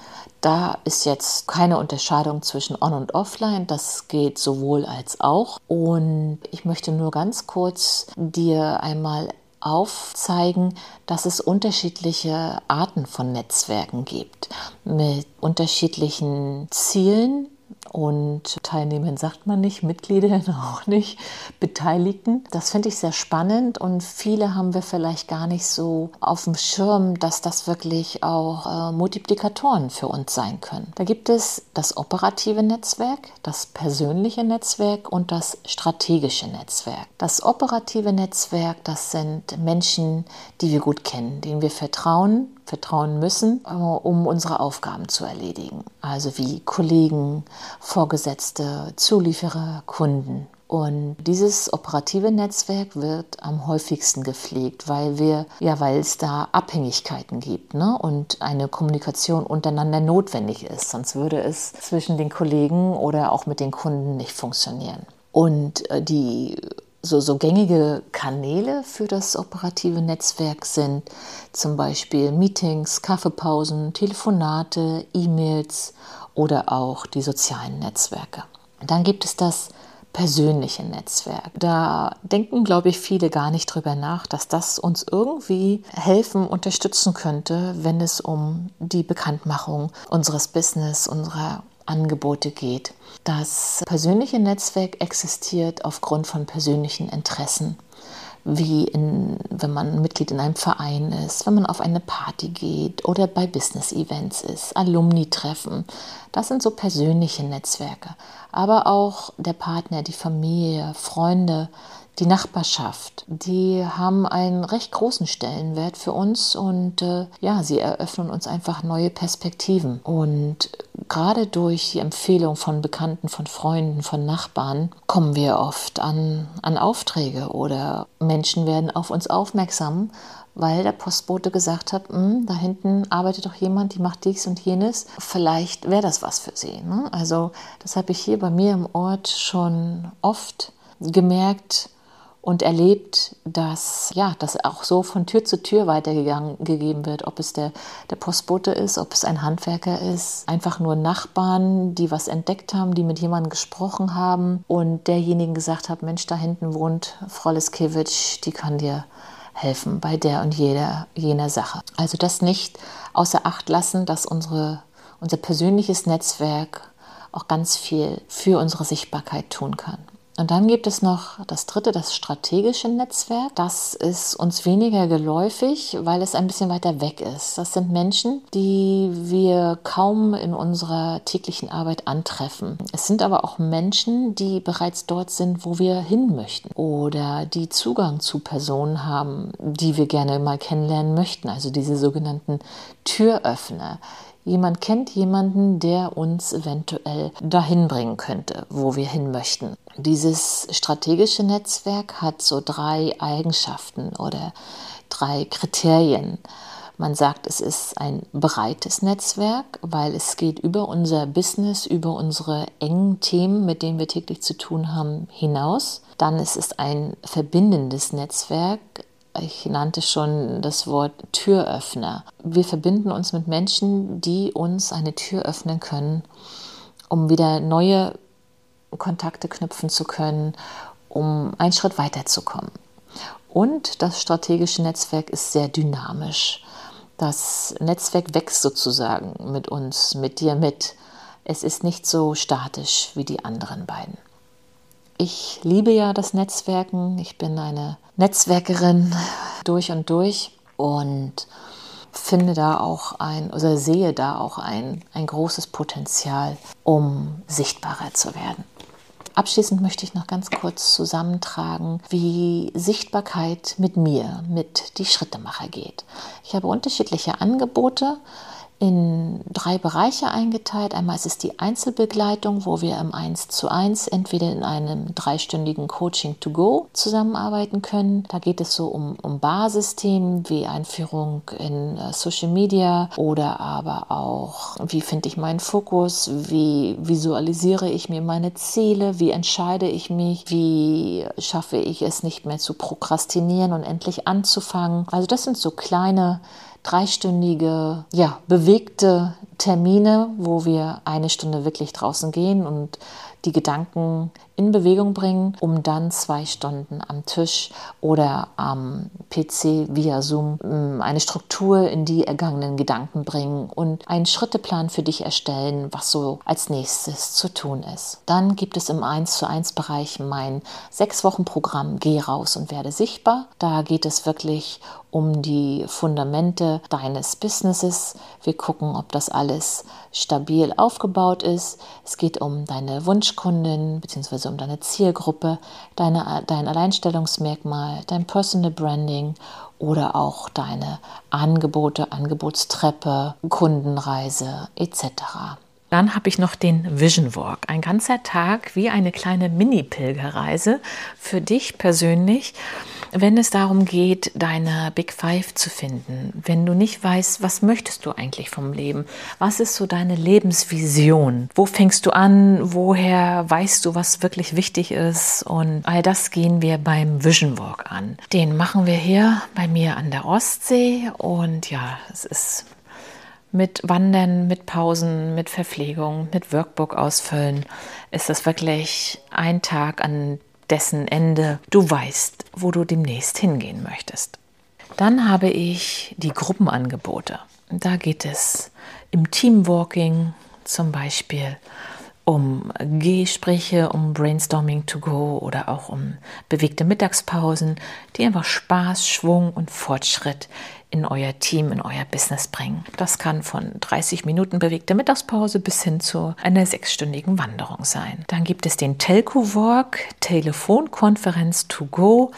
Da ist jetzt keine Unterscheidung zwischen On- und Offline, das geht sowohl als auch. Und ich möchte nur ganz kurz dir einmal aufzeigen, dass es unterschiedliche Arten von Netzwerken gibt, mit unterschiedlichen Zielen und Teilnehmern sagt man nicht, Mitgliedern auch nicht, Beteiligten. Das finde ich sehr spannend und viele haben wir vielleicht gar nicht so auf dem Schirm, dass das wirklich auch Multiplikatoren für uns sein können. Da gibt es das operative Netzwerk, das persönliche Netzwerk und das strategische Netzwerk. Das operative Netzwerk, das sind Menschen, die wir gut kennen, denen wir vertrauen müssen, um unsere Aufgaben zu erledigen. Also wie Kollegen, Vorgesetzte, Zulieferer, Kunden. Und dieses operative Netzwerk wird am häufigsten gepflegt, weil es da Abhängigkeiten gibt, ne? Und eine Kommunikation untereinander notwendig ist. Sonst würde es zwischen den Kollegen oder auch mit den Kunden nicht funktionieren. Und die so gängige Kanäle für das operative Netzwerk sind zum Beispiel Meetings, Kaffeepausen, Telefonate, E-Mails oder auch die sozialen Netzwerke. Dann gibt es das persönliche Netzwerk. Da denken, glaube ich, viele gar nicht drüber nach, dass das uns irgendwie helfen, unterstützen könnte, wenn es um die Bekanntmachung unseres Business, unserer Angebote geht. Das persönliche Netzwerk existiert aufgrund von persönlichen Interessen, wenn man Mitglied in einem Verein ist, wenn man auf eine Party geht oder bei Business-Events ist, Alumni-Treffen. Das sind so persönliche Netzwerke. Aber auch der Partner, die Familie, Freunde, die Nachbarschaft, die haben einen recht großen Stellenwert für uns und sie eröffnen uns einfach neue Perspektiven. Und gerade durch die Empfehlung von Bekannten, von Freunden, von Nachbarn kommen wir oft an Aufträge oder Menschen werden auf uns aufmerksam, weil der Postbote gesagt hat, da hinten arbeitet doch jemand, die macht dies und jenes. Vielleicht wäre das was für sie. Ne? Also das habe ich hier bei mir im Ort schon oft gemerkt und erlebt, dass das auch so von Tür zu Tür weitergegeben wird, ob es der Postbote ist, ob es ein Handwerker ist, einfach nur Nachbarn, die was entdeckt haben, die mit jemandem gesprochen haben und derjenigen gesagt hat, Mensch, da hinten wohnt Frau Leskewitsch, die kann dir helfen bei der und jener Sache. Also das nicht außer Acht lassen, dass unser persönliches Netzwerk auch ganz viel für unsere Sichtbarkeit tun kann. Und dann gibt es noch das dritte, das strategische Netzwerk. Das ist uns weniger geläufig, weil es ein bisschen weiter weg ist. Das sind Menschen, die wir kaum in unserer täglichen Arbeit antreffen. Es sind aber auch Menschen, die bereits dort sind, wo wir hin möchten oder die Zugang zu Personen haben, die wir gerne mal kennenlernen möchten. Also diese sogenannten Türöffner. Jemand kennt jemanden, der uns eventuell dahin bringen könnte, wo wir hin möchten. Dieses strategische Netzwerk hat so 3 Eigenschaften oder 3 Kriterien. Man sagt, es ist ein breites Netzwerk, weil es geht über unser Business, über unsere engen Themen, mit denen wir täglich zu tun haben, hinaus. Dann ist es ein verbindendes Netzwerk. Ich nannte schon das Wort Türöffner. Wir verbinden uns mit Menschen, die uns eine Tür öffnen können, um wieder neue Kontakte knüpfen zu können, um einen Schritt weiterzukommen. Und das strategische Netzwerk ist sehr dynamisch. Das Netzwerk wächst sozusagen mit uns, mit dir mit. Es ist nicht so statisch wie die anderen beiden. Ich liebe ja das Netzwerken. Ich bin eine Netzwerkerin durch und finde da auch sehe da auch ein großes Potenzial, um sichtbarer zu werden. Abschließend möchte ich noch ganz kurz zusammentragen, wie Sichtbarkeit mit mir, mit die Schrittemacher geht. Ich habe unterschiedliche Angebote in 3 Bereiche eingeteilt. Einmal ist es die Einzelbegleitung, wo wir im 1:1 entweder in einem 3-stündigen Coaching to go zusammenarbeiten können. Da geht es so um Basisthemen wie Einführung in Social Media oder aber auch, wie finde ich meinen Fokus, wie visualisiere ich mir meine Ziele, wie entscheide ich mich, wie schaffe ich es nicht mehr zu prokrastinieren und endlich anzufangen. Also das sind so kleine 3-stündige, bewegte Termine, wo wir 1 Stunde wirklich draußen gehen und die Gedanken in Bewegung bringen, um dann 2 Stunden am Tisch oder am PC via Zoom eine Struktur in die ergangenen Gedanken bringen und einen Schritteplan für dich erstellen, was so als nächstes zu tun ist. Dann gibt es im 1:1-Bereich mein 6-Wochen-Programm Geh raus und werde sichtbar. Da geht es wirklich um die Fundamente deines Businesses. Wir gucken, ob das alles stabil aufgebaut ist. Es geht um deine Wunschkundin bzw. um deine Zielgruppe, dein Alleinstellungsmerkmal, dein Personal Branding oder auch deine Angebote, Angebotstreppe, Kundenreise etc. Dann habe ich noch den Vision Walk, ein ganzer Tag wie eine kleine Mini-Pilgerreise für dich persönlich, wenn es darum geht, deine Big Five zu finden. Wenn du nicht weißt, was möchtest du eigentlich vom Leben? Was ist so deine Lebensvision? Wo fängst du an? Woher weißt du, was wirklich wichtig ist? Und all das gehen wir beim Vision Walk an. Den machen wir hier bei mir an der Ostsee und es ist mit Wandern, mit Pausen, mit Verpflegung, mit Workbook ausfüllen, ist das wirklich ein Tag, an dessen Ende du weißt, wo du demnächst hingehen möchtest. Dann habe ich die Gruppenangebote. Da geht es im Teamwalking zum Beispiel um Gespräche, um Brainstorming to go oder auch um bewegte Mittagspausen, die einfach Spaß, Schwung und Fortschritt in euer Team, in euer Business bringen. Das kann von 30 Minuten bewegte Mittagspause bis hin zu einer 6-stündigen Wanderung sein. Dann gibt es den Telco Walk, Telefonkonferenz to go,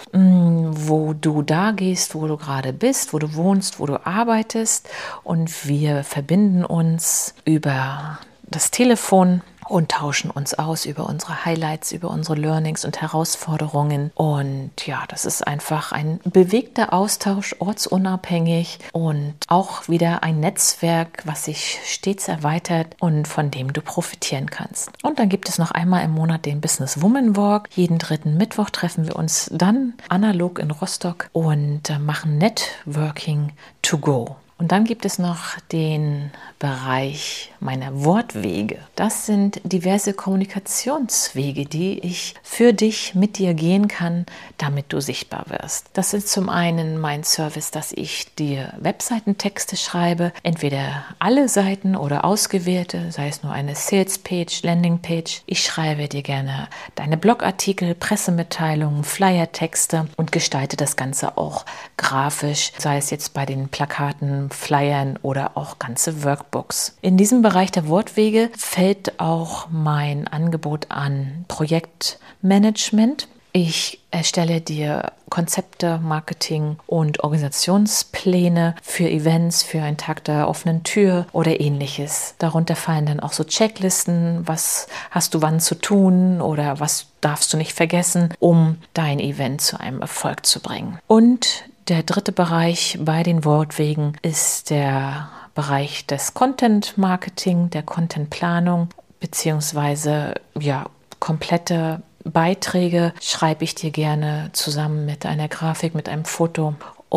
wo du da gehst, wo du gerade bist, wo du wohnst, wo du arbeitest und wir verbinden uns über das Telefon und tauschen uns aus über unsere Highlights, über unsere Learnings und Herausforderungen. Und ja, das ist einfach ein bewegter Austausch, ortsunabhängig und auch wieder ein Netzwerk, was sich stets erweitert und von dem du profitieren kannst. Und dann gibt es noch einmal im Monat den Business Woman Walk. Jeden 3. Mittwoch treffen wir uns dann analog in Rostock und machen Networking to go. Und dann gibt es noch den Bereich meiner Wortwege. Das sind diverse Kommunikationswege, die ich für dich mit dir gehen kann, damit du sichtbar wirst. Das ist zum einen mein Service, dass ich dir Webseitentexte schreibe, entweder alle Seiten oder ausgewählte, sei es nur eine Sales-Page, Landing-Page. Ich schreibe dir gerne deine Blogartikel, Pressemitteilungen, Flyer-Texte und gestalte das Ganze auch grafisch, sei es jetzt bei den Plakaten, Flyern oder auch ganze Workbooks. In diesem Bereich der Wortwege fällt auch mein Angebot an Projektmanagement. Ich erstelle dir Konzepte, Marketing und Organisationspläne für Events, für einen Tag der offenen Tür oder ähnliches. Darunter fallen dann auch so Checklisten, was hast du wann zu tun oder was darfst du nicht vergessen, um dein Event zu einem Erfolg zu bringen. Und der 3. Bereich bei den Wortwegen ist der Bereich des Content Marketing, der Content Planung, beziehungsweise komplette Beiträge schreibe ich dir gerne zusammen mit einer Grafik, mit einem Foto.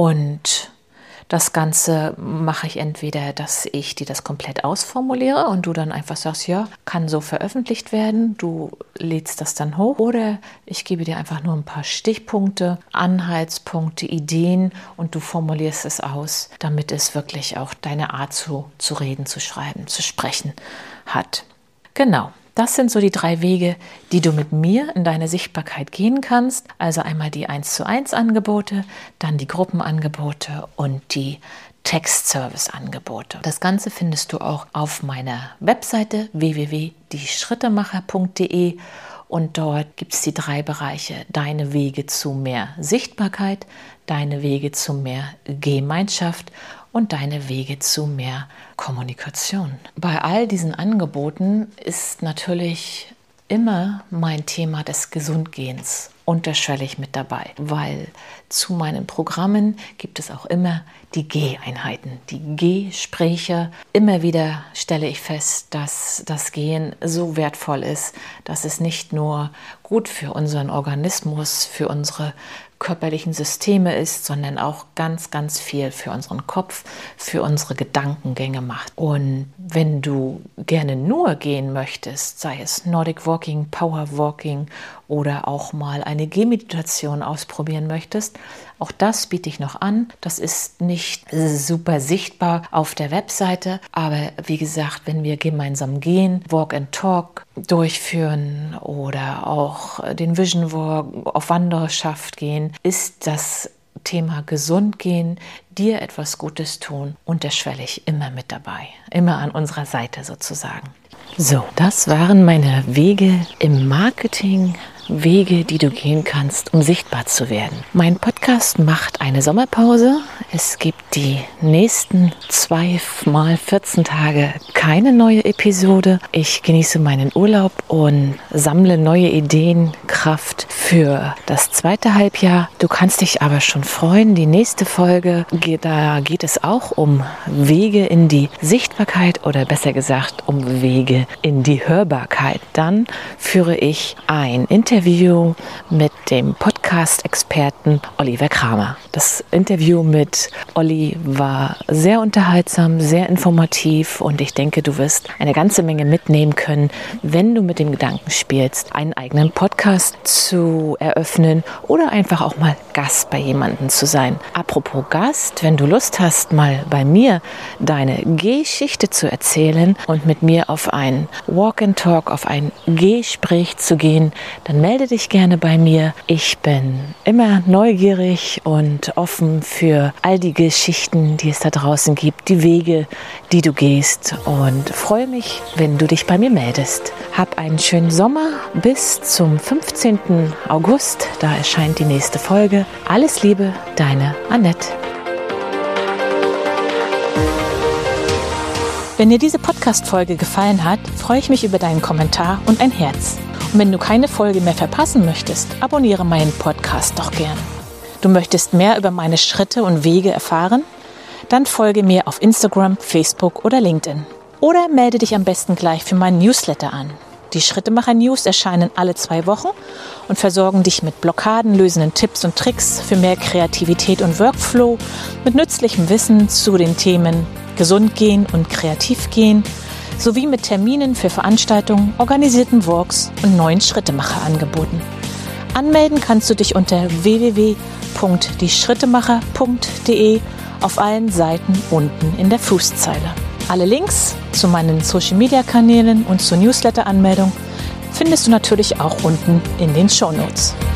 Und das Ganze mache ich entweder, dass ich dir das komplett ausformuliere und du dann einfach sagst, ja, kann so veröffentlicht werden, du lädst das dann hoch, oder ich gebe dir einfach nur ein paar Stichpunkte, Anhaltspunkte, Ideen und du formulierst es aus, damit es wirklich auch deine Art zu reden, zu schreiben, zu sprechen hat. Genau. Das sind so die 3 Wege, die du mit mir in deine Sichtbarkeit gehen kannst. Also einmal die 1:1 Angebote, dann die Gruppenangebote und die Textservice-Angebote. Das Ganze findest du auch auf meiner Webseite www.dieschrittemacher.de und dort gibt es die 3 Bereiche: deine Wege zu mehr Sichtbarkeit, deine Wege zu mehr Gemeinschaft und deine Wege zu mehr Kommunikation. Bei all diesen Angeboten ist natürlich immer mein Thema des Gesundgehens unterschwellig mit dabei, weil zu meinen Programmen gibt es auch immer die Geheinheiten, die Gespräche. Immer wieder stelle ich fest, dass das Gehen so wertvoll ist, dass es nicht nur gut für unseren Organismus, für unsere körperlichen Systeme ist, sondern auch ganz, ganz viel für unseren Kopf, für unsere Gedankengänge macht. Und wenn du gerne nur gehen möchtest, sei es Nordic Walking, Power Walking oder auch mal eine Gehmeditation ausprobieren möchtest, auch das biete ich noch an. Das ist nicht super sichtbar auf der Webseite, aber wie gesagt, wenn wir gemeinsam gehen, Walk and Talk durchführen oder auch den Vision Walk auf Wanderschaft gehen, ist das Thema gesund gehen, dir etwas Gutes tun, unterschwellig immer mit dabei, immer an unserer Seite sozusagen. So, das waren meine Wege im Marketing, Wege, die du gehen kannst, um sichtbar zu werden. Mein Podcast macht eine Sommerpause. Es gibt die nächsten 2 mal 14 Tage keine neue Episode. Ich genieße meinen Urlaub und sammle neue Ideen, Kraft für das 2. Halbjahr. Du kannst dich aber schon freuen. Die nächste Folge, da geht es auch um Wege in die Sichtbarkeit oder besser gesagt um Wege in die Hörbarkeit. Dann führe ich ein Interview mit dem Podcast-Experten Oliver Kramer. Das Interview mit Olli war sehr unterhaltsam, sehr informativ und ich denke, du wirst eine ganze Menge mitnehmen können, wenn du mit dem Gedanken spielst, einen eigenen Podcast zu eröffnen oder einfach auch mal Gast bei jemandem zu sein. Apropos Gast, wenn du Lust hast, mal bei mir deine Geschichte zu erzählen und mit mir auf ein Walk and Talk, auf ein Gespräch zu gehen, dann melde dich gerne bei mir. Ich bin immer neugierig und offen für all die Geschichten, die es da draußen gibt, die Wege, die du gehst und freue mich, wenn du dich bei mir meldest. Hab einen schönen Sommer bis zum 15. August. Da erscheint die nächste Folge. Alles Liebe, deine Annette. Wenn dir diese Podcast-Folge gefallen hat, freue ich mich über deinen Kommentar und ein Herz. Und wenn du keine Folge mehr verpassen möchtest, abonniere meinen Podcast doch gern. Du möchtest mehr über meine Schritte und Wege erfahren? Dann folge mir auf Instagram, Facebook oder LinkedIn. Oder melde dich am besten gleich für meinen Newsletter an. Die Schrittemacher-News erscheinen alle 2 Wochen und versorgen dich mit blockadenlösenden Tipps und Tricks für mehr Kreativität und Workflow, mit nützlichem Wissen zu den Themen Gesund gehen und kreativ gehen, sowie mit Terminen für Veranstaltungen, organisierten Walks und neuen Schrittemacher-Angeboten. Anmelden kannst du dich unter www.dieschrittemacher.de auf allen Seiten unten in der Fußzeile. Alle Links zu meinen Social-Media-Kanälen und zur Newsletter-Anmeldung findest du natürlich auch unten in den Shownotes.